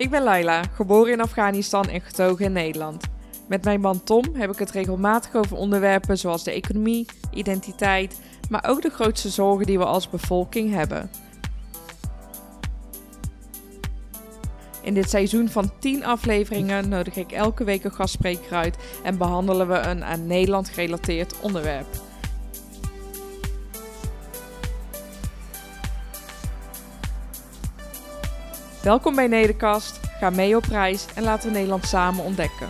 Ik ben Laila, geboren in Afghanistan en getogen in Nederland. Met mijn man Tom heb ik het regelmatig over onderwerpen zoals de economie, identiteit, maar ook de grootste zorgen die we als bevolking hebben. In dit seizoen van 10 afleveringen nodig ik elke week een gastspreker uit en behandelen we een aan Nederland gerelateerd onderwerp. Welkom bij Nederkast, ga mee op reis en laten we Nederland samen ontdekken.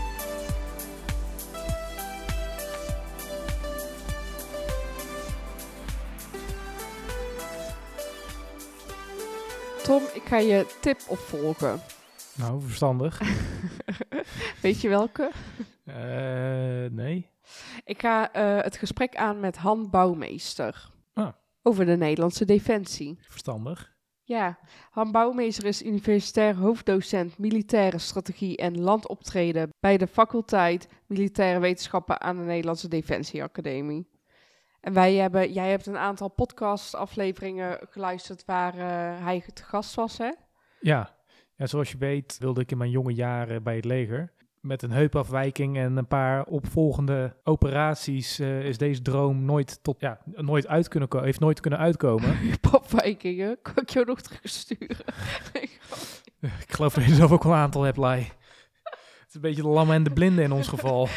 Tom, ik ga je tip opvolgen. Nou, verstandig. Weet je welke? Nee. Ik ga het gesprek aan met Han Bouwmeester. Ah. Over de Nederlandse Defensie. Verstandig. Ja, Han Bouwmeester is universitair hoofddocent Militaire Strategie en Landoptreden bij de faculteit Militaire Wetenschappen aan de Nederlandse Defensieacademie. En jij hebt een aantal podcastafleveringen geluisterd waar hij te gast was, hè? Ja, zoals je weet wilde ik in mijn jonge jaren bij het leger. Met een heupafwijking en een paar opvolgende operaties is deze droom nooit heeft nooit kunnen uitkomen. Heupafwijkingen, kan ik jou nog terugsturen? Ik geloof dat je zelf ook wel een aantal hebt, Lai. Het is een beetje de lammen en de blinden in ons geval.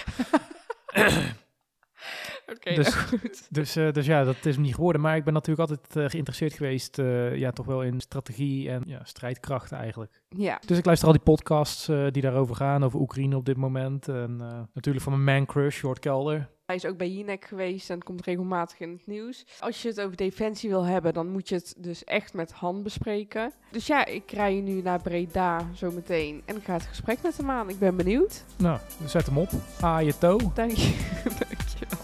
Oké, goed. Dus ja, dat is hem niet geworden. Maar ik ben natuurlijk altijd geïnteresseerd geweest, toch wel in strategie en strijdkrachten eigenlijk. Ja. Dus ik luister al die podcasts die daarover gaan, over Oekraïne op dit moment. En natuurlijk van mijn man crush, Sjoerd Kelder. Hij is ook bij Jinek geweest en komt regelmatig in het nieuws. Als je het over defensie wil hebben, dan moet je het dus echt met Han bespreken. Dus ja, ik rij nu naar Breda zometeen en ik ga het gesprek met hem aan. Ik ben benieuwd. Nou, zet hem op. Je toe. Dank je. Dank je wel.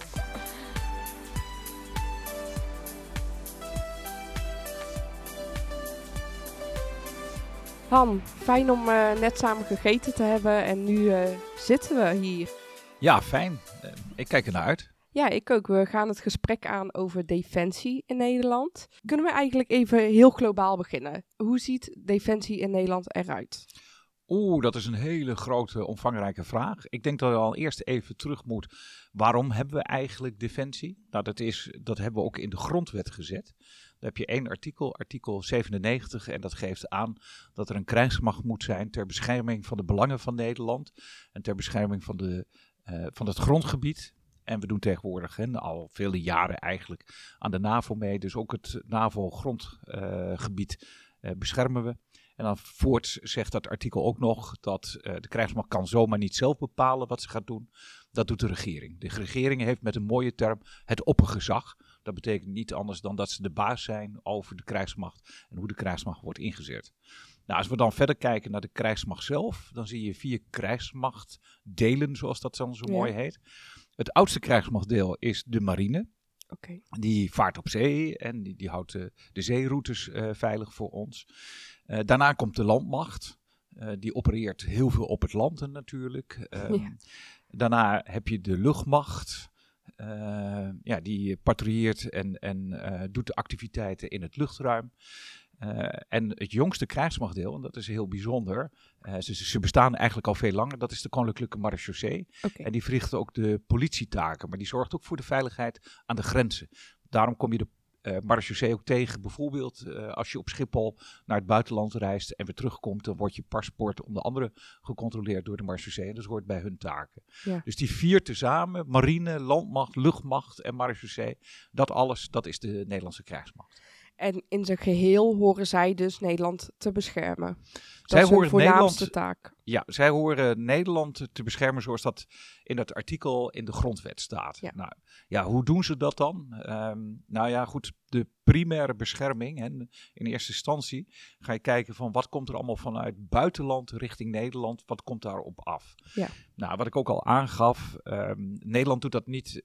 Han, fijn om net samen gegeten te hebben en nu zitten we hier. Ja, fijn. Ik kijk er naar uit. Ja, ik ook. We gaan het gesprek aan over defensie in Nederland. Kunnen we eigenlijk even heel globaal beginnen? Hoe ziet defensie in Nederland eruit? Dat is een hele grote, omvangrijke vraag. Ik denk dat we al eerst even terug moet. Waarom hebben we eigenlijk defensie? Nou, dat hebben we ook in de grondwet gezet. Daar heb je één artikel, artikel 97, en dat geeft aan dat er een krijgsmacht moet zijn ter bescherming van de belangen van Nederland en ter bescherming van het grondgebied. En we doen tegenwoordig al vele jaren eigenlijk aan de NAVO mee, dus ook het NAVO-grondgebied beschermen we. En dan voorts zegt dat artikel ook nog dat de krijgsmacht kan zomaar niet zelf bepalen wat ze gaat doen. Dat doet de regering. De regering heeft met een mooie term het oppergezag. Dat betekent niet anders dan dat ze de baas zijn over de krijgsmacht en hoe de krijgsmacht wordt ingezet. Nou, als we dan verder kijken naar de krijgsmacht zelf, dan zie je 4 krijgsmachtdelen, zoals dat dan zo mooi heet. Het oudste krijgsmachtdeel is de marine. Okay. Die vaart op zee en die houdt de zeeroutes veilig voor ons. Daarna komt de landmacht. Die opereert heel veel op het land natuurlijk. Daarna heb je de luchtmacht. Die patrouilleert en doet de activiteiten in het luchtruim. En het jongste krijgsmachtdeel, en dat is heel bijzonder, ze bestaan eigenlijk al veel langer, dat is de Koninklijke Marechaussee. Okay. En die verricht ook de politietaken, maar die zorgt ook voor de veiligheid aan de grenzen. Daarom kom je de Marechaussee ook tegen, bijvoorbeeld als je op Schiphol naar het buitenland reist en weer terugkomt, dan wordt je paspoort onder andere gecontroleerd door de Marechaussee en dat hoort bij hun taken. Ja. Dus die 4 tezamen, marine, landmacht, luchtmacht en Marechaussee, dat alles, dat is de Nederlandse krijgsmacht. En in zijn geheel horen zij dus Nederland te beschermen. Zij is horen voornaamste taak. Ja, zij horen Nederland te beschermen zoals dat in dat artikel in de grondwet staat. Ja. Nou, ja, hoe doen ze dat dan? Goed, de primaire bescherming. In eerste instantie ga je kijken van wat komt er allemaal vanuit buitenland richting Nederland. Wat komt daarop af? Ja. Nou, wat ik ook al aangaf, Nederland doet dat niet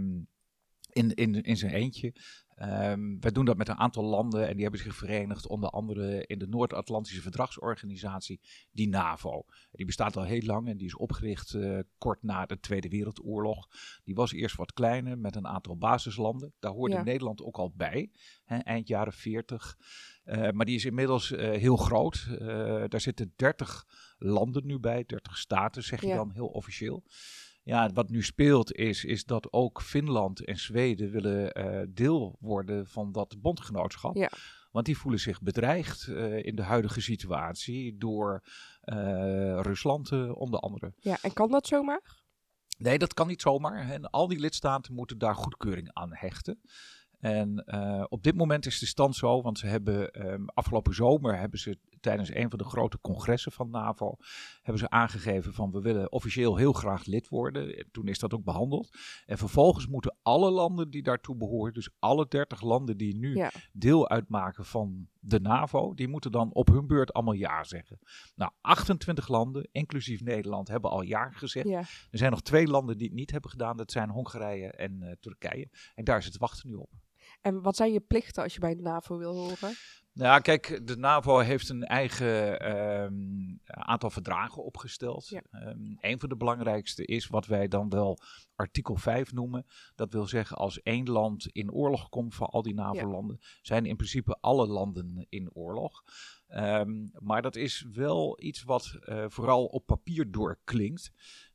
in zijn eentje. Wij doen dat met een aantal landen en die hebben zich verenigd, onder andere in de Noord-Atlantische Verdragsorganisatie, die NAVO. Die bestaat al heel lang en die is opgericht kort na de Tweede Wereldoorlog. Die was eerst wat kleiner met een aantal basislanden. Daar hoorde Nederland ook al bij, eind jaren 40. Maar die is inmiddels heel groot. Daar zitten 30 landen nu bij, 30 staten zeg je dan heel officieel. Ja, wat nu speelt is dat ook Finland en Zweden willen deel worden van dat bondgenootschap. Ja. Want die voelen zich bedreigd in de huidige situatie door Rusland onder andere. Ja, en kan dat zomaar? Nee, dat kan niet zomaar. En al die lidstaten moeten daar goedkeuring aan hechten. En op dit moment is de stand zo, want ze hebben afgelopen zomer hebben ze tijdens een van de grote congressen van NAVO hebben ze aangegeven van we willen officieel heel graag lid worden. En toen is dat ook behandeld. En vervolgens moeten alle landen die daartoe behoren, dus alle 30 landen die nu deel uitmaken van de NAVO, die moeten dan op hun beurt allemaal ja zeggen. Nou, 28 landen, inclusief Nederland, hebben al ja gezegd. Ja. Er zijn nog 2 landen die het niet hebben gedaan. Dat zijn Hongarije en Turkije. En daar is het wachten nu op. En wat zijn je plichten als je bij de NAVO wil horen? Nou, kijk, de NAVO heeft een eigen aantal verdragen opgesteld. Ja. Een van de belangrijkste is wat wij dan wel artikel 5 noemen. Dat wil zeggen, als 1 land in oorlog komt van al die NAVO-landen, zijn in principe alle landen in oorlog. Maar dat is wel iets wat vooral op papier doorklinkt.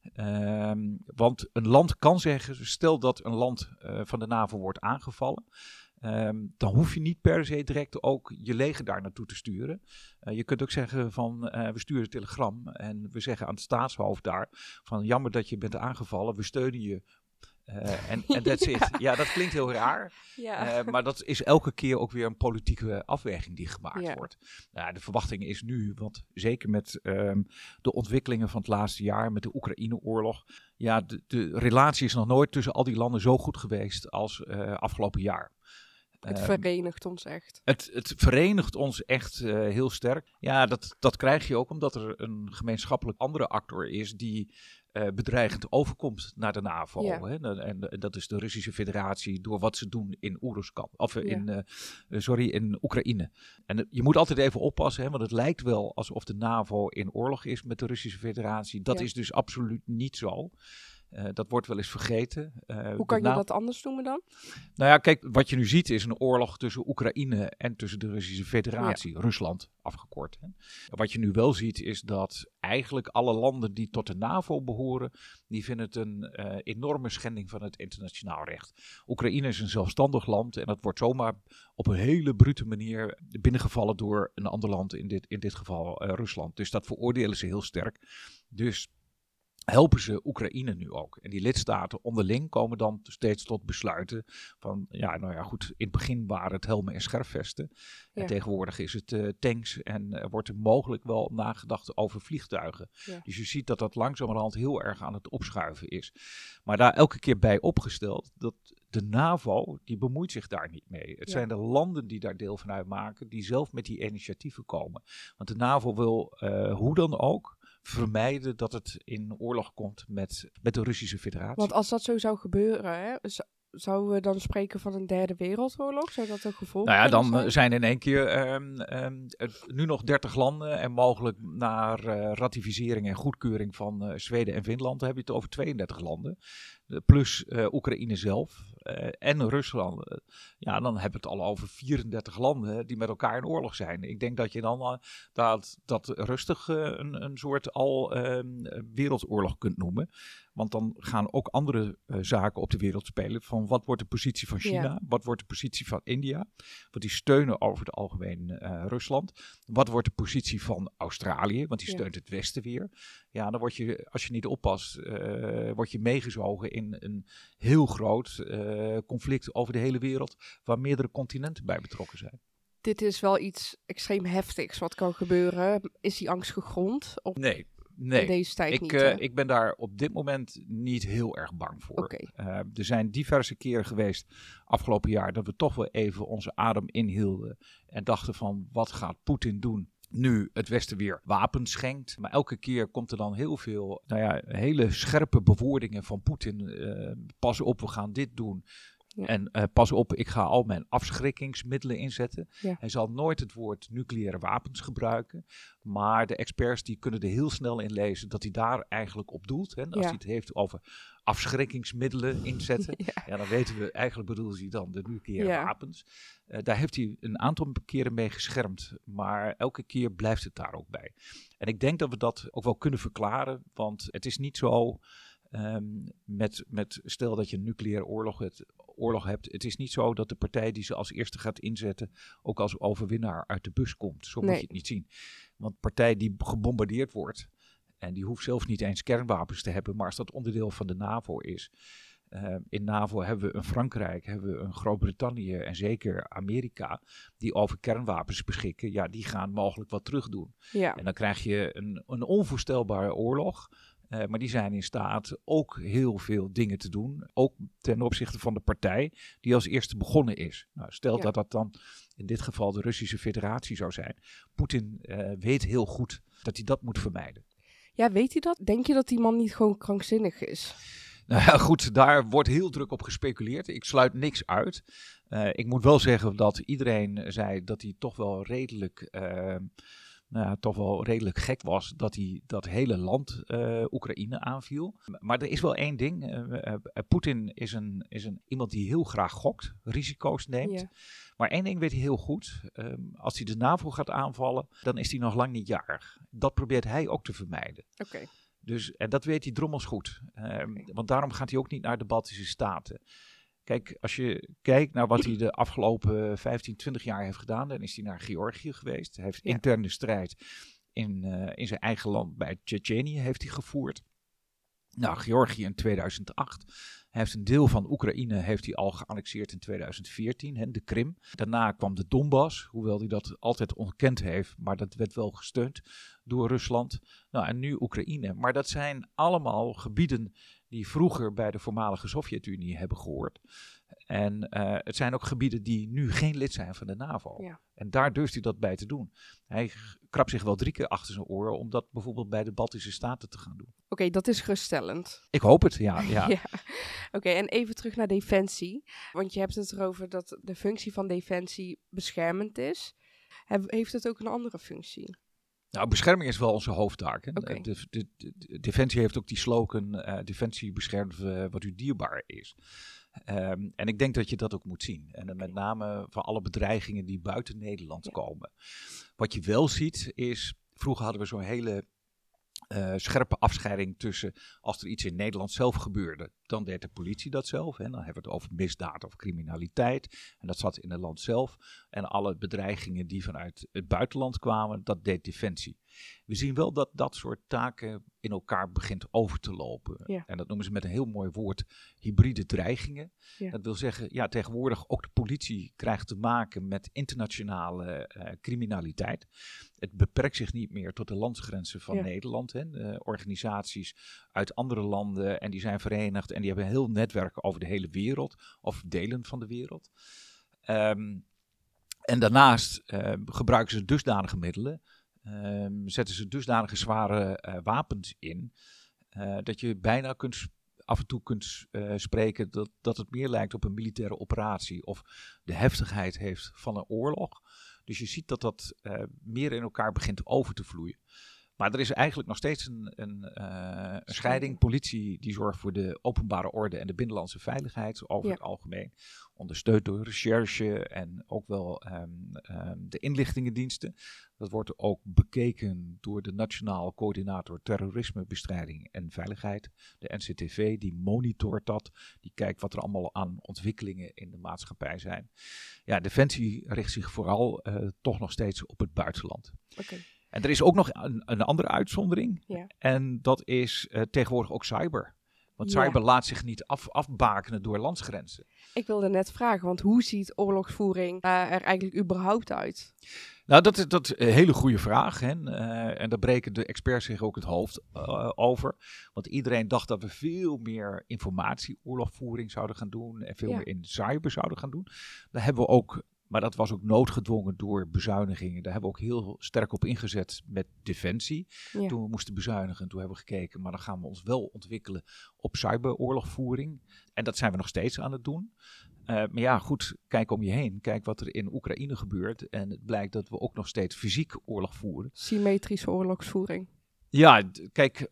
Want een land kan zeggen, stel dat een land van de NAVO wordt aangevallen, dan hoef je niet per se direct ook je leger daar naartoe te sturen. Je kunt ook zeggen van we sturen een telegram en we zeggen aan het staatshoofd daar van jammer dat je bent aangevallen, we steunen je. En that's it. Ja, dat klinkt heel raar. Ja. Maar dat is elke keer ook weer een politieke afweging die gemaakt wordt. De verwachting is nu, want zeker met de ontwikkelingen van het laatste jaar, met de Oekraïne-oorlog. Ja, de relatie is nog nooit tussen al die landen zo goed geweest als afgelopen jaar. Het verenigt ons echt. Het verenigt ons echt heel sterk. Ja, dat krijg je ook omdat er een gemeenschappelijk andere actor is die bedreigend overkomt naar de NAVO. Ja. Hè? En dat is de Russische Federatie door wat ze doen in in Oekraïne. En je moet altijd even oppassen, hè, want het lijkt wel alsof de NAVO in oorlog is met de Russische Federatie. Dat is dus absoluut niet zo. Dat wordt wel eens vergeten. Hoe kan je dat anders noemen dan? Nou ja, kijk, wat je nu ziet is een oorlog tussen Oekraïne en tussen de Russische Federatie. Rusland, afgekort. Hè. Wat je nu wel ziet is dat eigenlijk alle landen die tot de NAVO behoren, die vinden het een enorme schending van het internationaal recht. Oekraïne is een zelfstandig land en dat wordt zomaar op een hele brute manier binnengevallen door een ander land, in dit geval Rusland. Dus dat veroordelen ze heel sterk. Dus helpen ze Oekraïne nu ook. En die lidstaten onderling komen dan steeds tot besluiten van, goed, in het begin waren het helmen en scherfvesten. Ja. En tegenwoordig is het tanks en wordt er mogelijk wel nagedacht over vliegtuigen. Ja. Dus je ziet dat dat langzamerhand heel erg aan het opschuiven is. Maar daar elke keer bij opgesteld dat de NAVO, die bemoeit zich daar niet mee. Het zijn de landen die daar deel van uitmaken, die zelf met die initiatieven komen. Want de NAVO wil, hoe dan ook, vermijden dat het in oorlog komt met de Russische Federatie. Want als dat zo zou gebeuren, hè, zouden we dan spreken van een derde wereldoorlog? Zou dat een gevolg dan zijn in één keer nu nog 30 landen en mogelijk naar ratificering en goedkeuring van Zweden en Finland, dan heb je het over 32 landen. Plus Oekraïne zelf en Rusland. Dan hebben we het al over 34 landen die met elkaar in oorlog zijn. Ik denk dat je dan dat rustig een soort wereldoorlog kunt noemen. Want dan gaan ook andere zaken op de wereld spelen. Van wat wordt de positie van China? Ja. Wat wordt de positie van India? Want die steunen over het algemeen Rusland. Wat wordt de positie van Australië? Want die steunt het Westen weer. Ja, dan word je, als je niet oppast, word je meegezogen in een heel groot conflict over de hele wereld, waar meerdere continenten bij betrokken zijn. Dit is wel iets extreem heftigs wat kan gebeuren. Is die angst gegrond? Nee. In deze tijd niet, ik ben daar op dit moment niet heel erg bang voor. Okay. Er zijn diverse keren geweest afgelopen jaar dat we toch wel even onze adem inhielden en dachten van wat gaat Poetin doen nu het Westen weer wapens schenkt. Maar elke keer komt er dan heel veel hele scherpe bewoordingen van Poetin. Pas op, we gaan dit doen. Ja. En pas op, ik ga al mijn afschrikkingsmiddelen inzetten. Ja. Hij zal nooit het woord nucleaire wapens gebruiken. Maar de experts die kunnen er heel snel in lezen dat hij daar eigenlijk op doelt. Hè. Als hij het heeft over afschrikkingsmiddelen inzetten. Ja, dan weten we, eigenlijk bedoelt hij dan de nucleaire wapens. Daar heeft hij een aantal keren mee geschermd. Maar elke keer blijft het daar ook bij. En ik denk dat we dat ook wel kunnen verklaren. Want het is niet zo... stel dat je een nucleaire oorlog hebt. Het is niet zo dat de partij die ze als eerste gaat inzetten ook als overwinnaar uit de bus komt. Zo moet je het niet zien. Want de partij die gebombardeerd wordt en die hoeft zelf niet eens kernwapens te hebben, maar als dat onderdeel van de NAVO is. In NAVO hebben we een Frankrijk, hebben we een Groot-Brittannië en zeker Amerika die over kernwapens beschikken. Ja, die gaan mogelijk wat terug doen. Ja. En dan krijg je een onvoorstelbare oorlog. Maar die zijn in staat ook heel veel dingen te doen. Ook ten opzichte van de partij die als eerste begonnen is. Nou, stel dat dat dan in dit geval de Russische Federatie zou zijn. Poetin weet heel goed dat hij dat moet vermijden. Ja, weet hij dat? Denk je dat die man niet gewoon krankzinnig is? Nou ja, goed, daar wordt heel druk op gespeculeerd. Ik sluit niks uit. Ik moet wel zeggen dat iedereen zei dat hij toch wel redelijk gek was dat hij dat hele land Oekraïne aanviel. Maar er is wel één ding. Poetin is iemand die heel graag gokt, risico's neemt. Ja. Maar één ding weet hij heel goed. Als hij de NAVO gaat aanvallen, dan is hij nog lang niet jarig. Dat probeert hij ook te vermijden. Oké. Dus, en dat weet hij drommels goed. Want daarom gaat hij ook niet naar de Baltische Staten. Kijk, als je kijkt naar wat hij de afgelopen 15, 20 jaar heeft gedaan, dan is hij naar Georgië geweest. Hij heeft interne strijd in zijn eigen land bij Tsjetsjenië heeft hij gevoerd. Nou, Georgië in 2008. Hij heeft een deel van Oekraïne heeft hij al geannexeerd in 2014, de Krim. Daarna kwam de Donbass, hoewel hij dat altijd ontkend heeft, maar dat werd wel gesteund door Rusland. Nou, en nu Oekraïne. Maar dat zijn allemaal gebieden die vroeger bij de voormalige Sovjet-Unie hebben gehoord. En het zijn ook gebieden die nu geen lid zijn van de NAVO. Ja. En daar durft hij dat bij te doen. Hij krabt zich wel 3 keer achter zijn oren om dat bijvoorbeeld bij de Baltische Staten te gaan doen. Oké, dat is geruststellend. Ik hoop het, ja. Ja. Oké, en even terug naar Defensie. Want je hebt het erover dat de functie van Defensie beschermend is. Heeft het ook een andere functie? Nou, bescherming is wel onze hoofdtaak. Hè? Okay. Defensie heeft ook die slogan, Defensie beschermt wat u dierbaar is. En ik denk dat je dat ook moet zien. En met name van alle bedreigingen die buiten Nederland komen. Wat je wel ziet is, vroeger hadden we zo'n hele scherpe afscheiding tussen als er iets in Nederland zelf gebeurde. Dan deed de politie dat zelf. Hè. Dan hebben we het over misdaad of criminaliteit. En dat zat in het land zelf. En alle bedreigingen die vanuit het buitenland kwamen, dat deed Defensie. We zien wel dat dat soort taken in elkaar begint over te lopen. Ja. En dat noemen ze met een heel mooi woord hybride dreigingen. Ja. Dat wil zeggen, ja, tegenwoordig ook de politie krijgt te maken met internationale criminaliteit. Het beperkt zich niet meer tot de landsgrenzen van Nederland. Hè. Organisaties uit andere landen en die zijn verenigd en die hebben een heel netwerk over de hele wereld of delen van de wereld. En daarnaast gebruiken ze dusdanige middelen. Zetten ze dusdanige zware wapens in, dat je bijna af en toe kunt spreken dat het meer lijkt op een militaire operatie of de heftigheid heeft van een oorlog. Dus je ziet dat meer in elkaar begint over te vloeien. Maar er is eigenlijk nog steeds een scheiding. Politie die zorgt voor de openbare orde en de binnenlandse veiligheid over het algemeen. Ondersteund door recherche en ook wel de inlichtingendiensten. Dat wordt ook bekeken door de Nationaal Coördinator Terrorismebestrijding en Veiligheid. De NCTV, die monitort dat. Die kijkt wat er allemaal aan ontwikkelingen in de maatschappij zijn. Ja, Defensie richt zich vooral toch nog steeds op het buitenland. Okay. En er is ook nog een andere uitzondering. Ja. En dat is tegenwoordig ook cyber. Want cyber laat zich niet afbakenen door landsgrenzen. Ik wilde net vragen, want hoe ziet oorlogsvoering er eigenlijk überhaupt uit? Nou, dat is een hele goede vraag. Hè? En daar breken de experts zich ook het hoofd over. Want iedereen dacht dat we veel meer informatieoorlogvoering zouden gaan doen. En veel meer in cyber zouden gaan doen. Daar hebben we ook... Maar dat was ook noodgedwongen door bezuinigingen. Daar hebben we ook heel sterk op ingezet met Defensie. Ja. Toen we moesten bezuinigen, toen hebben we gekeken, maar dan gaan we ons wel ontwikkelen op cyberoorlogvoering. En dat zijn we nog steeds aan het doen. Maar ja, goed, kijk om je heen. Kijk wat er in Oekraïne gebeurt. En het blijkt dat we ook nog steeds fysiek oorlog voeren. Symmetrische oorlogsvoering. Ja, kijk,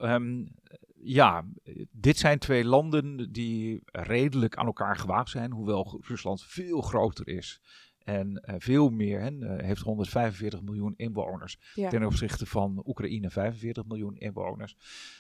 dit zijn 2 landen die redelijk aan elkaar gewaagd zijn. Hoewel Rusland veel groter is. En veel meer, heeft 145 miljoen inwoners. Ja. Ten opzichte van Oekraïne 45 miljoen inwoners.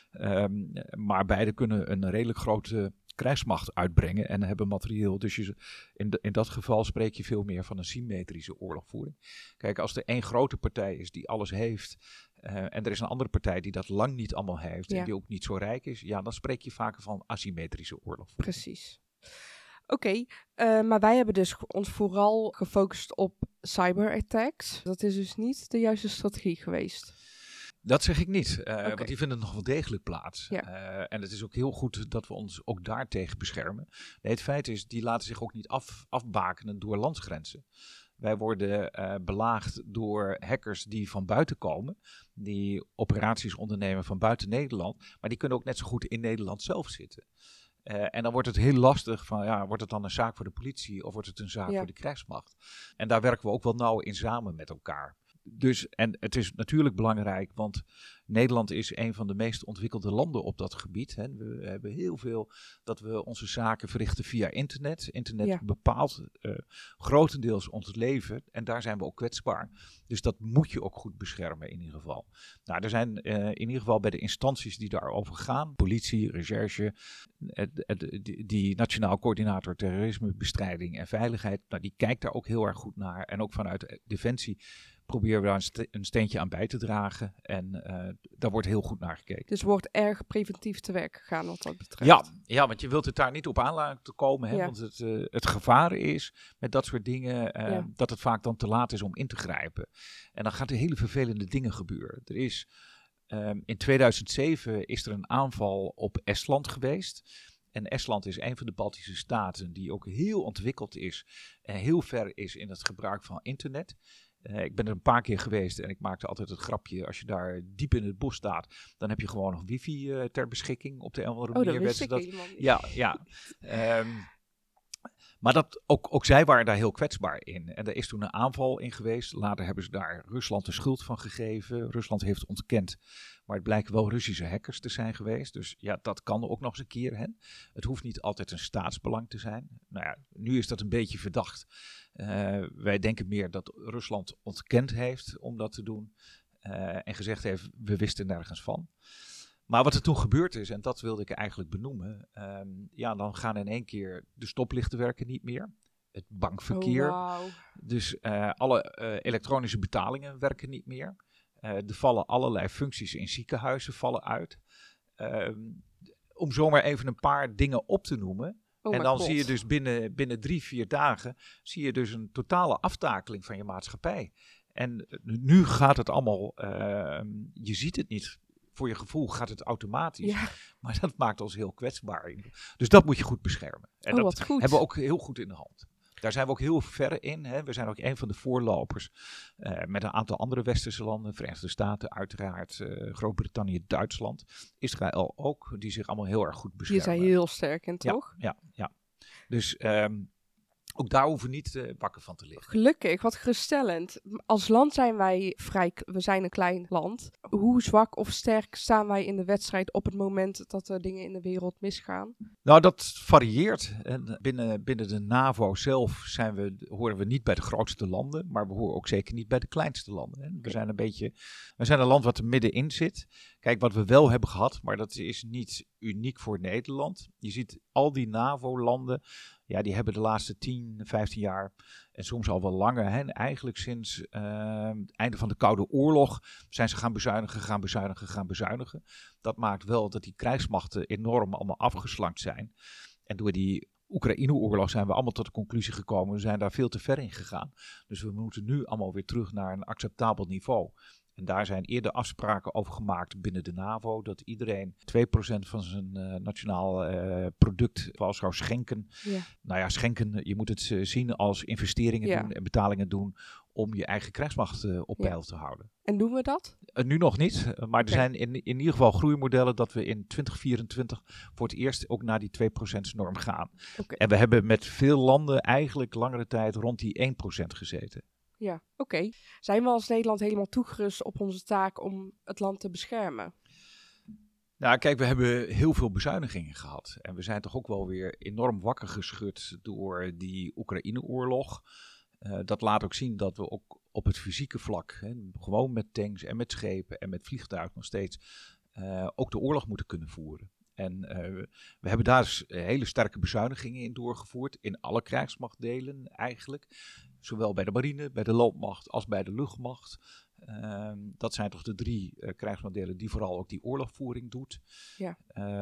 Maar beide kunnen een redelijk grote krijgsmacht uitbrengen en hebben materieel. Dus in dat geval spreek je veel meer van een symmetrische oorlogvoering. Kijk, als er 1 grote partij is die alles heeft en er is een andere partij die dat lang niet allemaal heeft en die ook niet zo rijk is, ja, dan spreek je vaker van asymmetrische oorlogvoering. Precies. Oké, maar wij hebben dus ons vooral gefocust op cyberattacks. Dat is dus niet de juiste strategie geweest. Dat zeg ik niet, want die vinden nog wel degelijk plaats. Ja. En het is ook heel goed dat we ons ook daartegen beschermen. Nee, het feit is, die laten zich ook niet afbakenen door landsgrenzen. Wij worden belaagd door hackers die van buiten komen, die operaties ondernemen van buiten Nederland, maar die kunnen ook net zo goed in Nederland zelf zitten. En dan wordt het heel lastig van, ja, wordt het dan een zaak voor de politie of wordt het een zaak voor de krijgsmacht? En daar werken we ook wel nauw in samen met elkaar. Dus, en het is natuurlijk belangrijk, want Nederland is een van de meest ontwikkelde landen op dat gebied. Hè. We hebben heel veel dat we onze zaken verrichten via internet. Internet bepaalt grotendeels ons leven en daar zijn we ook kwetsbaar. Dus dat moet je ook goed beschermen in ieder geval. Nou, er zijn in ieder geval bij de instanties die daarover gaan, politie, recherche, die Nationaal Coördinator Terrorismebestrijding en Veiligheid, nou, die kijkt daar ook heel erg goed naar. En ook vanuit Defensie proberen we daar een steentje aan bij te dragen. En daar wordt heel goed naar gekeken. Dus wordt erg preventief te werk gegaan wat dat betreft. Ja, want je wilt het daar niet op aan laten komen. Hè? Ja. Want het gevaar is met dat soort dingen dat het vaak dan te laat is om in te grijpen. En dan gaan er hele vervelende dingen gebeuren. Er is in 2007 is er een aanval op Estland geweest. En Estland is een van de Baltische staten die ook heel ontwikkeld is en heel ver is in het gebruik van internet. Ik ben er een paar keer geweest en ik maakte altijd het grapje, als je daar diep in het bos staat, dan heb je gewoon nog wifi ter beschikking op de een of andere manier. Dat wist ik helemaal niet. Ja. Maar ook zij waren daar heel kwetsbaar in. En er is toen een aanval in geweest. Later hebben ze daar Rusland de schuld van gegeven. Rusland heeft ontkend. Maar het blijken wel Russische hackers te zijn geweest. Dus ja, dat kan ook nog eens een keer. Hè? Het hoeft niet altijd een staatsbelang te zijn. Nou ja, nu is dat een beetje verdacht. Wij denken meer dat Rusland ontkend heeft om dat te doen. En gezegd heeft, we wisten nergens van. Maar wat er toen gebeurd is, en dat wilde ik eigenlijk benoemen. Dan gaan in één keer de stoplichten werken niet meer. Het bankverkeer. Dus alle elektronische betalingen werken niet meer. Er vallen allerlei functies in ziekenhuizen vallen uit. Om zomaar even een paar dingen op te noemen. En dan zie je dus binnen 3-4 dagen zie je dus een totale aftakeling van je maatschappij. En nu gaat het allemaal, je ziet het niet. Voor je gevoel gaat het automatisch. Ja. Maar dat maakt ons heel kwetsbaar. Dus dat moet je goed beschermen. En dat hebben we ook heel goed in de hand. Daar zijn we ook heel ver in. Hè. We zijn ook een van de voorlopers met een aantal andere westerse landen. Verenigde Staten uiteraard, Groot-Brittannië, Duitsland. Israël ook, die zich allemaal heel erg goed beschermen. Die zijn heel sterk in, toch? Ja. Dus ook daar hoeven we niet wakker van te liggen. Gelukkig, wat geruststellend. Als land zijn wij we zijn een klein land. Hoe zwak of sterk staan wij in de wedstrijd op het moment dat er dingen in de wereld misgaan? Nou, dat varieert. En binnen de NAVO zelf horen we niet bij de grootste landen, maar we horen ook zeker niet bij de kleinste landen. Hè. We zijn een land wat er middenin zit. Kijk, wat we wel hebben gehad, maar dat is niet uniek voor Nederland. Je ziet al die NAVO-landen, ja, die hebben de laatste 10, 15 jaar en soms al wel langer, hè, eigenlijk sinds het einde van de Koude Oorlog, zijn ze gaan bezuinigen. Dat maakt wel dat die krijgsmachten enorm allemaal afgeslankt zijn. En door die Oekraïne-oorlog zijn we allemaal tot de conclusie gekomen, we zijn daar veel te ver in gegaan. Dus we moeten nu allemaal weer terug naar een acceptabel niveau. En daar zijn eerder afspraken over gemaakt binnen de NAVO, dat iedereen 2% van zijn nationaal product zou schenken. Ja. Nou ja, schenken, je moet het zien als investeringen doen en betalingen doen om je eigen krijgsmacht op peil te houden. En doen we dat? Nu nog niet, maar er zijn in ieder geval groeimodellen dat we in 2024 voor het eerst ook naar die 2%-norm gaan. Okay. En we hebben met veel landen eigenlijk langere tijd rond die 1% gezeten. Ja, oké. Zijn we als Nederland helemaal toegerust op onze taak om het land te beschermen? Nou, kijk, we hebben heel veel bezuinigingen gehad. En we zijn toch ook wel weer enorm wakker geschud door die Oekraïne-oorlog. Dat laat ook zien dat we ook op het fysieke vlak, gewoon met tanks en met schepen en met vliegtuigen nog steeds, ook de oorlog moeten kunnen voeren. En we hebben daar dus hele sterke bezuinigingen in doorgevoerd, in alle krijgsmachtdelen eigenlijk. Zowel bij de marine, bij de landmacht als bij de luchtmacht. Dat zijn toch de 3 krijgsmachtdelen die vooral ook die oorlogvoering doet. Ja.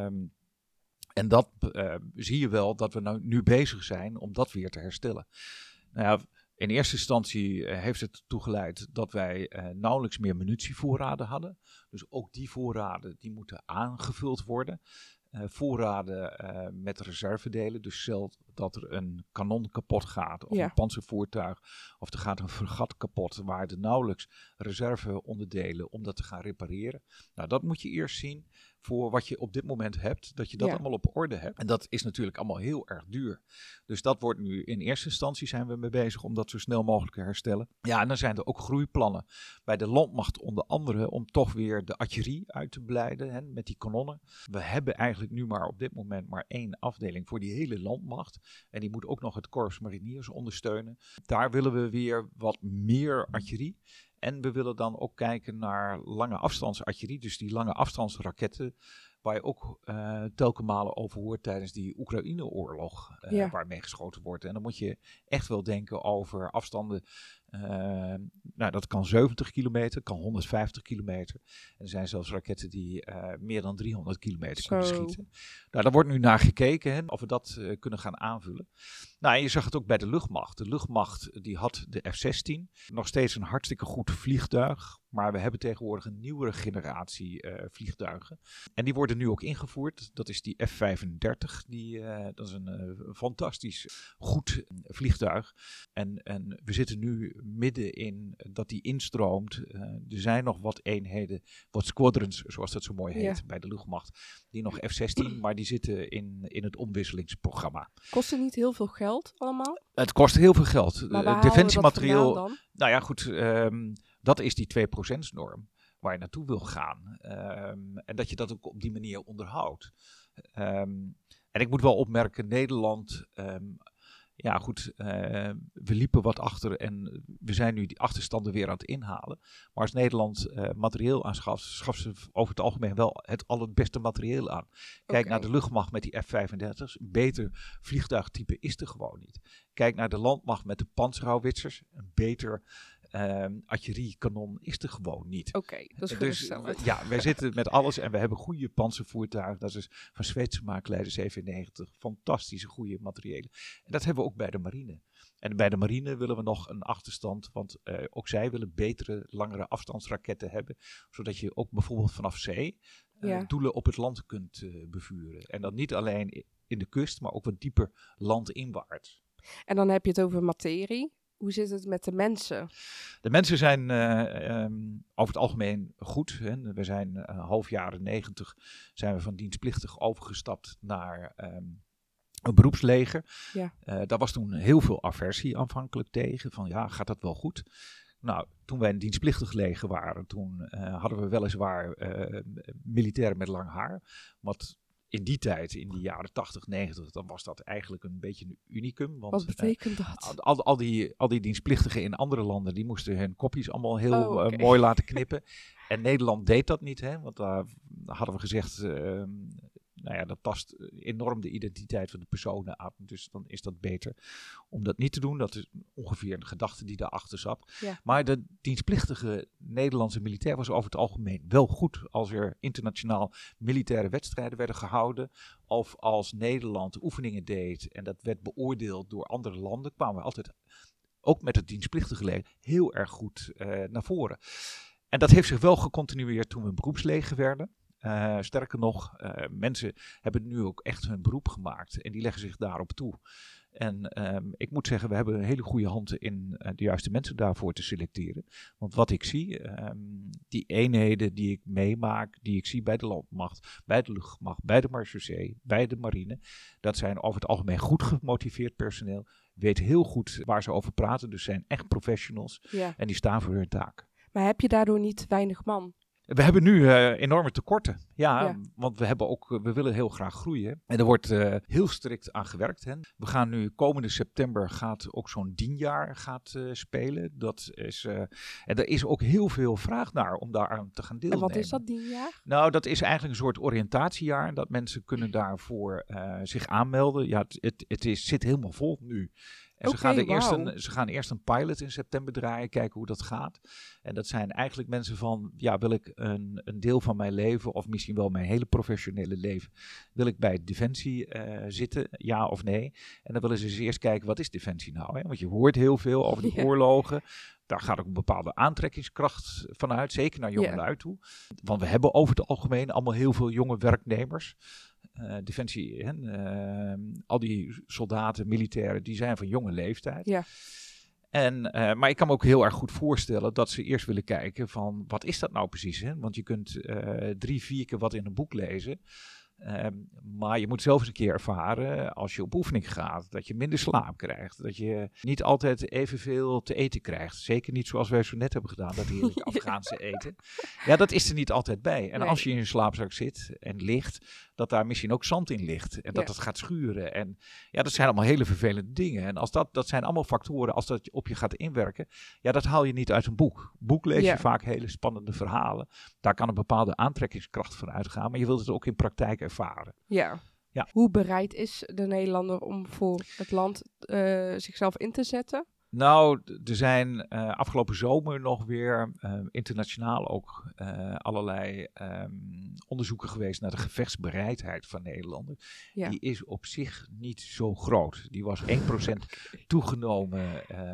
En dat zie je wel dat we nu bezig zijn om dat weer te herstellen. Nou ja, in eerste instantie heeft het ertoe geleid dat wij nauwelijks meer munitievoorraden hadden. Dus ook die voorraden die moeten aangevuld worden. Voorraden met reservedelen. Dus stel dat er een kanon kapot gaat of een pantservoertuig of er gaat een fregat kapot waar er nauwelijks reserveonderdelen om dat te gaan repareren. Nou, dat moet je eerst zien voor wat je op dit moment hebt, dat je dat allemaal op orde hebt. En dat is natuurlijk allemaal heel erg duur. Dus dat wordt nu in eerste instantie zijn we mee bezig om dat zo snel mogelijk te herstellen. Ja, en dan zijn er ook groeiplannen bij de landmacht onder andere om toch weer de artillerie uit te breiden met die kanonnen. We hebben eigenlijk nu maar op dit moment maar 1 afdeling voor die hele landmacht. En die moet ook nog het Korps Mariniers ondersteunen. Daar willen we weer wat meer artillerie. En we willen dan ook kijken naar lange afstandsartillerie, dus die lange afstandsraketten, waar je ook telkens malen over hoort tijdens die Oekraïne-oorlog, waarmee geschoten wordt. En dan moet je echt wel denken over afstanden, dat kan 70 kilometer, kan 150 kilometer. En er zijn zelfs raketten die meer dan 300 kilometer kunnen schieten. Nou, daar wordt nu naar gekeken of we dat kunnen gaan aanvullen. Nou, en je zag het ook bij de luchtmacht. De luchtmacht die had de F-16, nog steeds een hartstikke goed vliegtuig. Maar we hebben tegenwoordig een nieuwere generatie vliegtuigen. En die worden nu ook ingevoerd. Dat is die F-35. Dat is een fantastisch goed vliegtuig. En we zitten nu midden in dat die instroomt. Er zijn nog wat eenheden, wat squadrons, zoals dat zo mooi heet, bij de luchtmacht. Die nog F-16, maar die zitten in het omwisselingsprogramma. Kost het niet heel veel geld allemaal? Het kost heel veel geld. Defensiemateriaal. Dan? Nou ja, goed. Dat is die 2%-norm waar je naartoe wil gaan. En dat je dat ook op die manier onderhoudt. En ik moet wel opmerken, Nederland, we liepen wat achter en we zijn nu die achterstanden weer aan het inhalen. Maar als Nederland materieel aanschaft, schaft ze over het algemeen wel het allerbeste materieel aan. Kijk naar de luchtmacht met die F-35, een beter vliegtuigtype is er gewoon niet. Kijk naar de landmacht met de panzerhouwitsers, een beter artilleriekanon is er gewoon niet. Oké, dat is geruststellend. Ja, wij zitten met alles en we hebben goede panzervoertuigen. Dat is van Zweedse makelij, de CV90. Fantastische goede materialen. En dat hebben we ook bij de marine. En bij de marine willen we nog een achterstand, want ook zij willen betere, langere afstandsraketten hebben. Zodat je ook bijvoorbeeld vanaf zee doelen op het land kunt bevuren. En dan niet alleen in de kust, maar ook wat dieper landinwaarts. En dan heb je het over materie. Hoe zit het met de mensen? De mensen zijn over het algemeen goed. Hè. We zijn half jaren 90 zijn we van dienstplichtig overgestapt naar een beroepsleger. Ja. Daar was toen heel veel aversie aanvankelijk tegen. Van gaat dat wel goed? Nou, toen wij een dienstplichtig leger waren, toen hadden we weliswaar militairen met lang haar. Wat in die tijd, in de jaren 80, 90, dan was dat eigenlijk een beetje een unicum. Want, wat betekent dat? Al die dienstplichtigen in andere landen, die moesten hun kopjes allemaal heel mooi laten knippen. En Nederland deed dat niet, hè, want daar hadden we gezegd, dat tast enorm de identiteit van de personen aan. Dus dan is dat beter om dat niet te doen. Dat is ongeveer een gedachte die daarachter zat. Ja. Maar de dienstplichtige Nederlandse militair was over het algemeen wel goed als er internationaal militaire wedstrijden werden gehouden. Of als Nederland oefeningen deed en dat werd beoordeeld door andere landen, kwamen we altijd, ook met het dienstplichtige leger, heel erg goed naar voren. En dat heeft zich wel gecontinueerd toen we een beroepsleger werden. Sterker nog, mensen hebben nu ook echt hun beroep gemaakt en die leggen zich daarop toe. En ik moet zeggen, we hebben een hele goede hand in de juiste mensen daarvoor te selecteren. Want wat ik zie, die eenheden die ik meemaak, die ik zie bij de landmacht, bij de luchtmacht, bij de marechaussee, bij de marine, dat zijn over het algemeen goed gemotiveerd personeel, weet heel goed waar ze over praten, dus zijn echt professionals en die staan voor hun taak. Maar heb je daardoor niet weinig man? We hebben nu enorme tekorten. Ja, want we willen heel graag groeien. En er wordt heel strikt aan gewerkt. Hè. We gaan nu komende september gaat ook zo'n 10 jaar spelen. Dat is, en er is ook heel veel vraag naar om daaraan te gaan deelnemen. En wat is dat 10 jaar? Nou, dat is eigenlijk een soort oriëntatiejaar. Dat mensen kunnen daarvoor zich aanmelden. Ja, het zit helemaal vol nu. En ze gaan eerst een pilot in september draaien, kijken hoe dat gaat. En dat zijn eigenlijk mensen van, wil ik een deel van mijn leven, of misschien wel mijn hele professionele leven, wil ik bij Defensie zitten, ja of nee? En dan willen ze eerst kijken, wat is Defensie nou? Hè? Want je hoort heel veel over de oorlogen. Daar gaat ook een bepaalde aantrekkingskracht vanuit, zeker naar jongelui toe. Want we hebben over het algemeen allemaal heel veel jonge werknemers. Defensie, al die soldaten, militairen, die zijn van jonge leeftijd. Ja. Maar ik kan me ook heel erg goed voorstellen dat ze eerst willen kijken van, wat is dat nou precies? Hè? Want je kunt 3-4 keer wat in een boek lezen. Maar je moet zelf eens een keer ervaren, als je op oefening gaat, dat je minder slaap krijgt. Dat je niet altijd evenveel te eten krijgt. Zeker niet zoals wij zo net hebben gedaan, dat heerlijke Afghaanse eten. Ja, dat is er niet altijd bij. En als je in een slaapzak zit en ligt, dat daar misschien ook zand in ligt. En dat het gaat schuren. En ja, dat zijn allemaal hele vervelende dingen. En als dat zijn allemaal factoren, als dat op je gaat inwerken, dat haal je niet uit een boek. Boek lees je vaak hele spannende verhalen. Daar kan een bepaalde aantrekkingskracht van uitgaan, maar je wilt het ook in praktijk ervaren. Ja. Hoe bereid is de Nederlander om voor het land zichzelf in te zetten? Nou, er zijn afgelopen zomer nog weer internationaal ook allerlei onderzoeken geweest naar de gevechtsbereidheid van Nederlanders. Ja. Die is op zich niet zo groot. Die was 1% toegenomen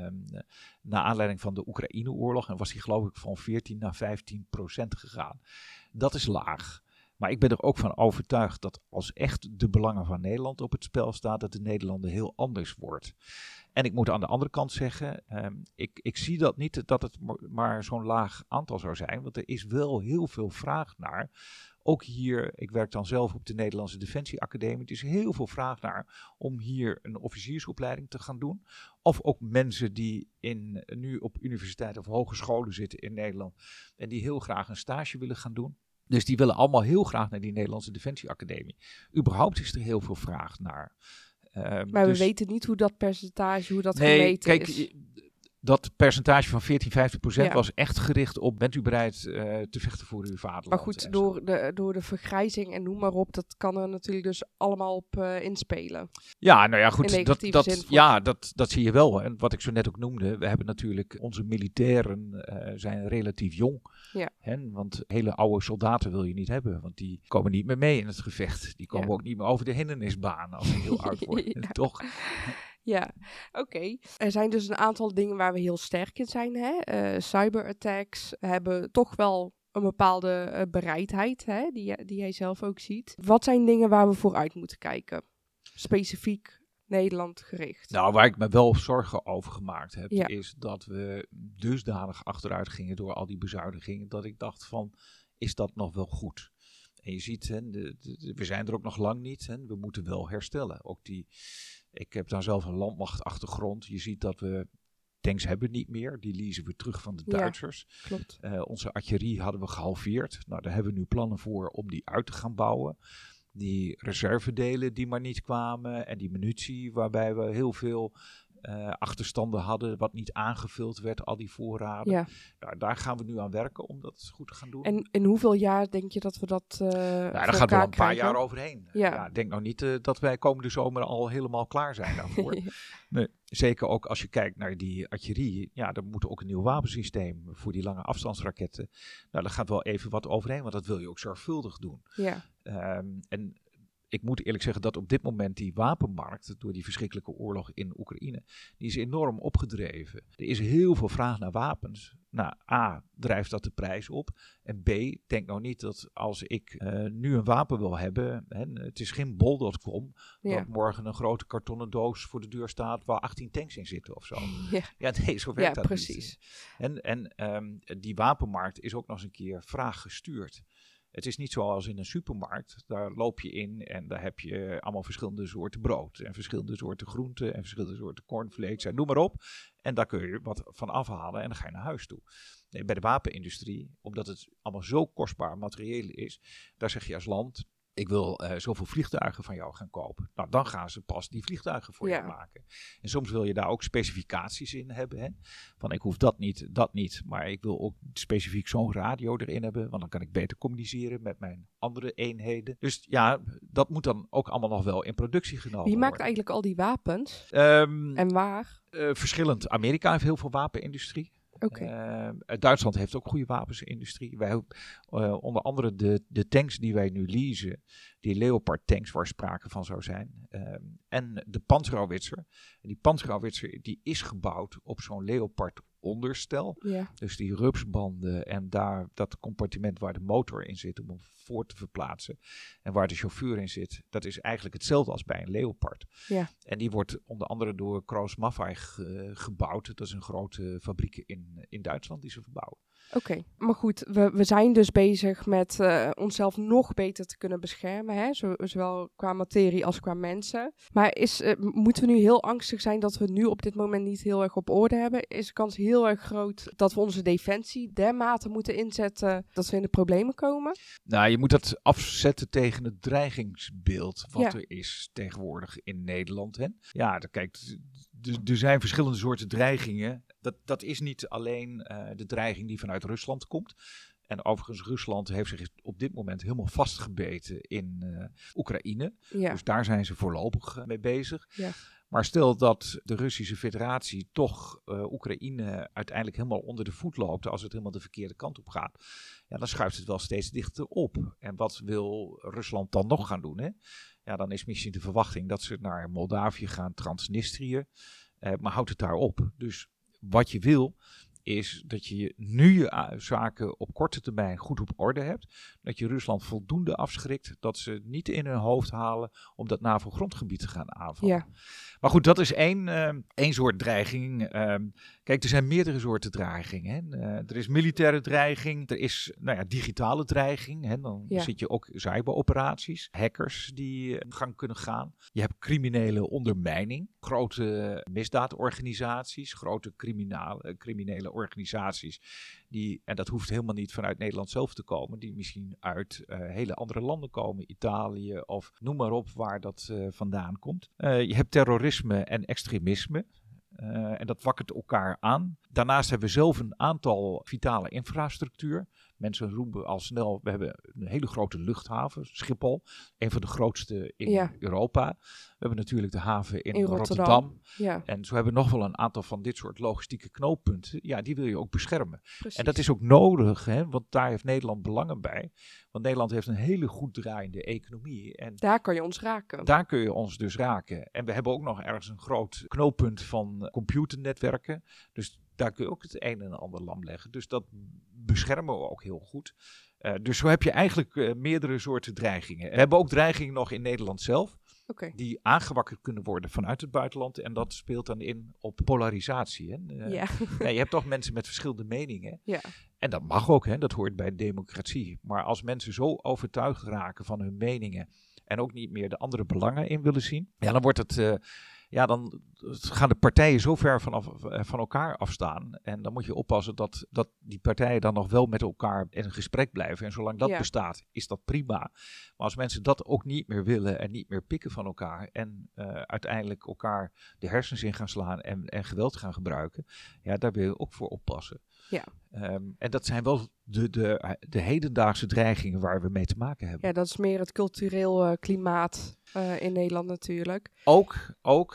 naar aanleiding van de Oekraïne-oorlog. En was die geloof ik van 14 naar 15% gegaan. Dat is laag. Maar ik ben er ook van overtuigd dat als echt de belangen van Nederland op het spel staat, dat de Nederlander heel anders wordt. En ik moet aan de andere kant zeggen, ik zie dat niet dat het maar zo'n laag aantal zou zijn. Want er is wel heel veel vraag naar. Ook hier, ik werk dan zelf op de Nederlandse Defensieacademie. Er is heel veel vraag naar om hier een officiersopleiding te gaan doen. Of ook mensen die nu op universiteiten of hogescholen zitten in Nederland. En die heel graag een stage willen gaan doen. Dus die willen allemaal heel graag naar die Nederlandse Defensieacademie. Überhaupt is er heel veel vraag naar. Maar we weten niet hoe dat percentage, hoe dat gemeten is. Dat percentage van 14-15% was echt gericht op, bent u bereid te vechten voor uw vaderland? Maar goed, door de vergrijzing en noem maar op, dat kan er natuurlijk dus allemaal op inspelen. Ja, nou ja, goed, dat zie je wel. En wat ik zo net ook noemde, we hebben natuurlijk, onze militairen zijn relatief jong. Ja. Want hele oude soldaten wil je niet hebben, want die komen niet meer mee in het gevecht. Die komen ook niet meer over de hindernisbaan als ze heel oud worden, toch? Ja, oké. Er zijn dus een aantal dingen waar we heel sterk in zijn. Cyberattacks hebben toch wel een bepaalde bereidheid, die jij zelf ook ziet. Wat zijn dingen waar we vooruit moeten kijken? Specifiek Nederland gericht. Nou, waar ik me wel zorgen over gemaakt heb, is dat we dusdanig achteruit gingen door al die bezuinigingen, dat ik dacht van, is dat nog wel goed? En je ziet, we zijn er ook nog lang niet. We moeten wel herstellen. Ik heb daar zelf een landmachtachtergrond. Je ziet dat we tanks hebben niet meer. Die leasen we terug van de Duitsers. Klopt. Onze artillerie hadden we gehalveerd. Nou, daar hebben we nu plannen voor om die uit te gaan bouwen. Die reservedelen die maar niet kwamen. En die munitie waarbij we heel veel achterstanden hadden, wat niet aangevuld werd, al die voorraden. Ja. Nou, daar gaan we nu aan werken om dat goed te gaan doen. En in hoeveel jaar denk je dat we dat daar gaat wel een paar jaar overheen. Ja. Ik denk nog niet dat wij komende zomer al helemaal klaar zijn daarvoor. Nee. Zeker ook als je kijkt naar die artillerie. Ja, er moet ook een nieuw wapensysteem voor die lange afstandsraketten. Nou, daar gaat wel even wat overheen, want dat wil je ook zorgvuldig doen. Ja. En ik moet eerlijk zeggen dat op dit moment die wapenmarkt, door die verschrikkelijke oorlog in Oekraïne, die is enorm opgedreven. Er is heel veel vraag naar wapens. Nou, A, drijft dat de prijs op. En B, denk nou niet dat als ik nu een wapen wil hebben, het is geen bol.com, dat morgen een grote kartonnen doos voor de deur staat waar 18 tanks in zitten of zo. Ja, nee, zo werkt dat precies. niet. En die wapenmarkt is ook nog eens een keer vraaggestuurd. Het is niet zoals in een supermarkt. Daar loop je in en daar heb je allemaal verschillende soorten brood. En verschillende soorten groenten en verschillende soorten cornflakes en noem maar op. En daar kun je wat van afhalen en dan ga je naar huis toe. Nee, bij de wapenindustrie, omdat het allemaal zo kostbaar materieel is, daar zeg je als land, ik wil zoveel vliegtuigen van jou gaan kopen. Nou, dan gaan ze pas die vliegtuigen voor je maken. En soms wil je daar ook specificaties in hebben. Hè? Van ik hoef dat niet. Maar ik wil ook specifiek zo'n radio erin hebben. Want dan kan ik beter communiceren met mijn andere eenheden. Dus ja, dat moet dan ook allemaal nog wel in productie genomen worden. Wie maakt eigenlijk al die wapens? En waar? Verschillend. Amerika heeft heel veel wapenindustrie. Duitsland heeft ook goede wapensindustrie. Wij onder andere de tanks die wij nu leasen, die Leopard tanks waar sprake van zou zijn, en de Panzerhaubitzer. Die Panzerhaubitzer die is gebouwd op zo'n Leopard onderstel. Ja. Dus die rupsbanden en daar dat compartiment waar de motor in zit om hem voor te verplaatsen en waar de chauffeur in zit, dat is eigenlijk hetzelfde als bij een Leopard. Ja. En die wordt onder andere door Krauss-Maffei gebouwd. Dat is een grote fabriek in Duitsland die ze verbouwen. Oké, maar goed, we zijn dus bezig met onszelf nog beter te kunnen beschermen, hè? Zowel qua materie als qua mensen. Maar moeten we nu heel angstig zijn dat we nu op dit moment niet heel erg op orde hebben? Is de kans heel erg groot dat we onze defensie dermate moeten inzetten dat we in de problemen komen? Nou, je moet dat afzetten tegen het dreigingsbeeld wat er is tegenwoordig in Nederland. Hè? Ja, kijk, er zijn verschillende soorten dreigingen. Dat is niet alleen de dreiging die vanuit Rusland komt. En overigens, Rusland heeft zich op dit moment helemaal vastgebeten in Oekraïne. Ja. Dus daar zijn ze voorlopig mee bezig. Ja. Maar stel dat de Russische Federatie toch Oekraïne uiteindelijk helemaal onder de voet loopt als het helemaal de verkeerde kant op gaat. Ja, dan schuift het wel steeds dichter op. En wat wil Rusland dan nog gaan doen? Hè? Ja, dan is misschien de verwachting dat ze naar Moldavië gaan, Transnistrië. Maar houdt het daar op. Dus wat je wil is dat je nu je zaken op korte termijn goed op orde hebt. Dat je Rusland voldoende afschrikt dat ze niet in hun hoofd halen om dat NAVO-grondgebied te gaan aanvallen. Ja. Maar goed, dat is één soort dreiging. Kijk, er zijn meerdere soorten dreigingen. Er is militaire dreiging, er is digitale dreiging. Hè. Dan zit je ook cyberoperaties, hackers die gang kunnen gaan. Je hebt criminele ondermijning, grote misdaadorganisaties, grote criminele organisaties die, en dat hoeft helemaal niet vanuit Nederland zelf te komen, die misschien uit hele andere landen komen, Italië of noem maar op waar dat vandaan komt. Je hebt terrorisme en extremisme. En dat wakkert elkaar aan. Daarnaast hebben we zelf een aantal vitale infrastructuur. Mensen roepen al snel, we hebben een hele grote luchthaven, Schiphol. Een van de grootste in Europa. We hebben natuurlijk de haven in Rotterdam. Ja. En zo hebben we nog wel een aantal van dit soort logistieke knooppunten. Ja, die wil je ook beschermen. Precies. En dat is ook nodig, hè, want daar heeft Nederland belangen bij. Want Nederland heeft een hele goed draaiende economie. En daar kan je ons raken. Daar kun je ons dus raken. En we hebben ook nog ergens een groot knooppunt van computernetwerken. Dus daar kun je ook het een en ander lam leggen. Dus dat beschermen we ook heel goed. Dus zo heb je eigenlijk meerdere soorten dreigingen. We hebben ook dreigingen nog in Nederland zelf. Okay. Die aangewakkerd kunnen worden vanuit het buitenland. En dat speelt dan in op polarisatie. Hè? Je hebt toch mensen met verschillende meningen. Ja. En dat mag ook, hè? Dat hoort bij democratie. Maar als mensen zo overtuigd raken van hun meningen en ook niet meer de andere belangen in willen zien, ja, dan wordt het dan gaan de partijen zo ver van elkaar afstaan. En dan moet je oppassen dat die partijen dan nog wel met elkaar in een gesprek blijven. En zolang dat bestaat, is dat prima. Maar als mensen dat ook niet meer willen en niet meer pikken van elkaar en uiteindelijk elkaar de hersens in gaan slaan en geweld gaan gebruiken, ja, daar wil je ook voor oppassen. Ja. En dat zijn wel de hedendaagse dreigingen waar we mee te maken hebben. Ja, dat is meer het cultureel klimaat. in Nederland natuurlijk. Ook.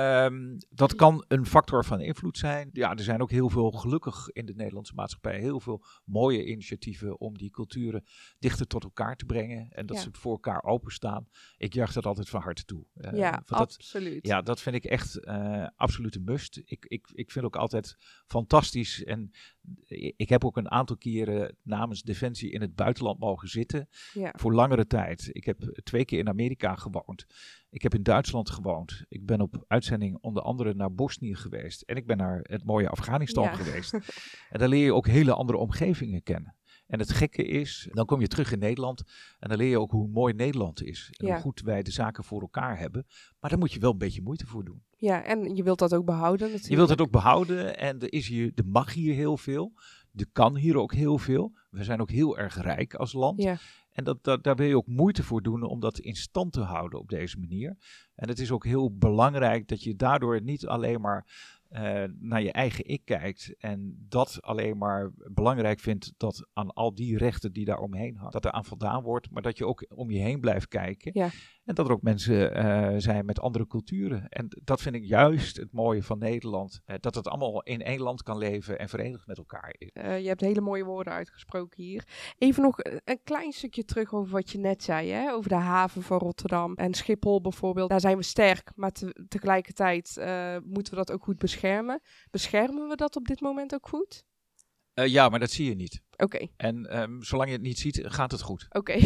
Dat kan een factor van invloed zijn. Ja, er zijn ook heel veel, gelukkig in de Nederlandse maatschappij, heel veel mooie initiatieven om die culturen dichter tot elkaar te brengen. En dat ze voor elkaar openstaan. Ik juich dat altijd van harte toe. Absoluut. Ja, dat vind ik echt absoluut een must. Ik vind ook altijd fantastisch. En ik heb ook een aantal keren namens Defensie in het buitenland mogen zitten. Ja. Voor langere tijd. Ik heb 2 keer in Amerika gewoond. Ik heb in Duitsland gewoond. Ik ben op uitzending onder andere naar Bosnië geweest. En ik ben naar het mooie Afghanistan geweest. En daar leer je ook hele andere omgevingen kennen. En het gekke is, dan kom je terug in Nederland en dan leer je ook hoe mooi Nederland is. En hoe goed wij de zaken voor elkaar hebben. Maar daar moet je wel een beetje moeite voor doen. Ja, en je wilt dat ook behouden natuurlijk. Je wilt het ook behouden en er mag hier heel veel. Er kan hier ook heel veel. We zijn ook heel erg rijk als land. Ja. En daar wil je ook moeite voor doen om dat in stand te houden op deze manier. En het is ook heel belangrijk dat je daardoor niet alleen maar naar je eigen ik kijkt. En dat alleen maar belangrijk vindt dat aan al die rechten die daar omheen hangen, dat er aan voldaan wordt. Maar dat je ook om je heen blijft kijken. Ja. En dat er ook mensen zijn met andere culturen. En dat vind ik juist het mooie van Nederland. Dat het allemaal in één land kan leven en verenigd met elkaar is. Je hebt hele mooie woorden uitgesproken hier. Even nog een klein stukje terug over wat je net zei. Hè? Over de haven van Rotterdam en Schiphol bijvoorbeeld. Daar zijn we sterk, maar tegelijkertijd moeten we dat ook goed beschermen. Beschermen we dat op dit moment ook goed? Ja, maar dat zie je niet. Oké. En zolang je het niet ziet, gaat het goed. Oké.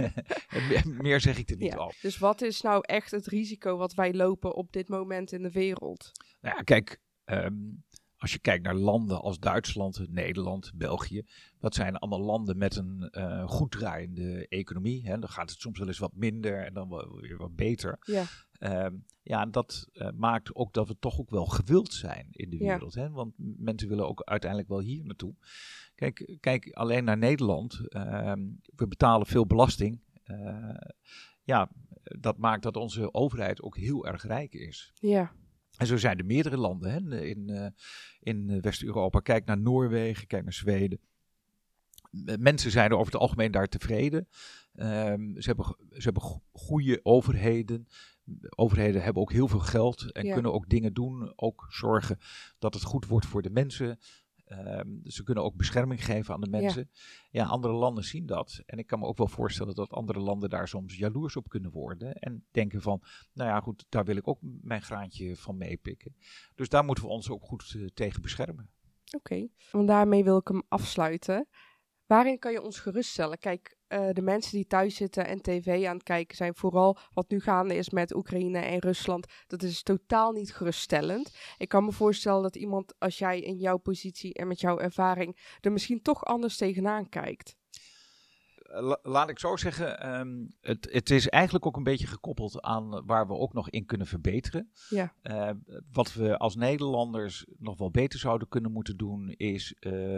Meer zeg ik er niet over. Dus wat is nou echt het risico wat wij lopen op dit moment in de wereld? Nou ja, kijk, als je kijkt naar landen als Duitsland, Nederland, België. Dat zijn allemaal landen met een goed draaiende economie. Hè. Dan gaat het soms wel eens wat minder en dan weer wat beter. Ja. Dat maakt ook dat we toch ook wel gewild zijn in de wereld. Hè? Want mensen willen ook uiteindelijk wel hier naartoe. Kijk alleen naar Nederland. We betalen veel belasting. Dat maakt dat onze overheid ook heel erg rijk is. Ja. En zo zijn er meerdere landen hè, in West-Europa. Kijk naar Noorwegen, kijk naar Zweden. Mensen zijn er over het algemeen daar tevreden. Ze hebben goede overheden. Overheden hebben ook heel veel geld en kunnen ook dingen doen. Ook zorgen dat het goed wordt voor de mensen. Ze kunnen ook bescherming geven aan de mensen. Ja, andere landen zien dat. En ik kan me ook wel voorstellen dat andere landen daar soms jaloers op kunnen worden. En denken van, nou ja goed, daar wil ik ook mijn graantje van meepikken. Dus daar moeten we ons ook goed tegen beschermen. Oké, want daarmee wil ik hem afsluiten. Waarin kan je ons geruststellen? Kijk, de mensen die thuis zitten en tv aan het kijken zijn, vooral wat nu gaande is met Oekraïne en Rusland, dat is totaal niet geruststellend. Ik kan me voorstellen dat iemand als jij in jouw positie en met jouw ervaring er misschien toch anders tegenaan kijkt. Laat ik zo zeggen, het is eigenlijk ook een beetje gekoppeld aan waar we ook nog in kunnen verbeteren. Ja. Wat we als Nederlanders nog wel beter zouden kunnen moeten doen is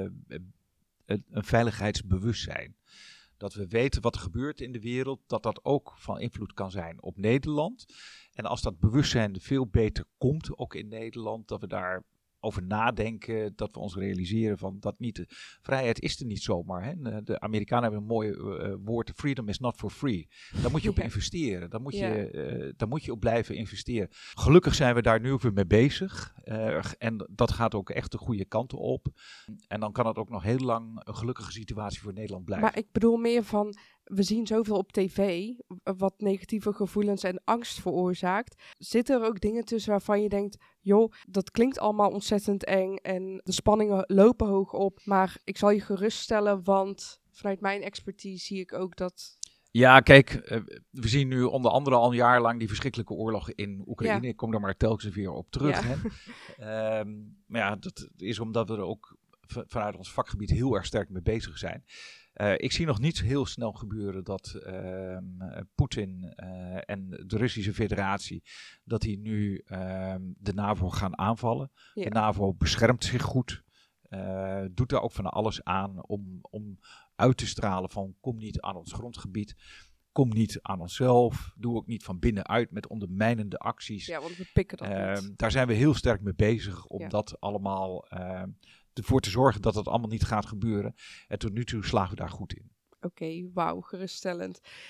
een veiligheidsbewustzijn. Dat we weten wat er gebeurt in de wereld, dat ook van invloed kan zijn op Nederland. En als dat bewustzijn veel beter komt, ook in Nederland, dat we daarover nadenken, dat we ons realiseren van dat niet, vrijheid is er niet zomaar. Hè? De Amerikanen hebben een mooi woord, freedom is not for free. Daar moet je op investeren, daar moet je op blijven investeren. Gelukkig zijn we daar nu weer mee bezig en dat gaat ook echt de goede kanten op. En dan kan het ook nog heel lang een gelukkige situatie voor Nederland blijven. Maar ik bedoel meer van, we zien zoveel op tv, wat negatieve gevoelens en angst veroorzaakt. Zitten er ook dingen tussen waarvan je denkt, joh, dat klinkt allemaal ontzettend eng en de spanningen lopen hoog op. Maar ik zal je geruststellen, want vanuit mijn expertise zie ik ook dat... Ja, kijk, we zien nu onder andere al een jaar lang die verschrikkelijke oorlog in Oekraïne. Ja. Ik kom daar maar telkens weer op terug. Ja. Hè. Maar ja, dat is omdat we er ook vanuit ons vakgebied heel erg sterk mee bezig zijn. Ik zie nog niet heel snel gebeuren dat Poetin en de Russische Federatie, dat die nu de NAVO gaan aanvallen. Ja. De NAVO beschermt zich goed. Doet daar ook van alles aan om uit te stralen van kom niet aan ons grondgebied, kom niet aan onszelf, doe ook niet van binnenuit met ondermijnende acties. Ja, want we pikken dat niet. Daar zijn we heel sterk mee bezig om Ja. dat allemaal ervoor te zorgen dat het allemaal niet gaat gebeuren. En tot nu toe slagen we daar goed in. Oké, wauw, geruststellend.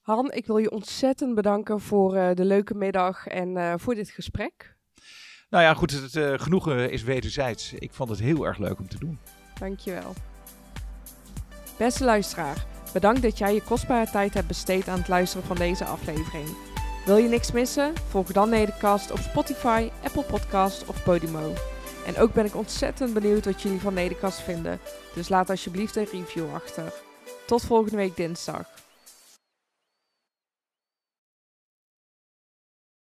Han, ik wil je ontzettend bedanken voor de leuke middag en voor dit gesprek. Nou ja, goed, het genoegen is wederzijds. Ik vond het heel erg leuk om te doen. Dankjewel. Beste luisteraar, bedankt dat jij je kostbare tijd hebt besteed aan het luisteren van deze aflevering. Wil je niks missen? Volg dan Nedercast op Spotify, Apple Podcasts of Podimo. En ook ben ik ontzettend benieuwd wat jullie van Nedercast vinden. Dus laat alsjeblieft een review achter. Tot volgende week dinsdag.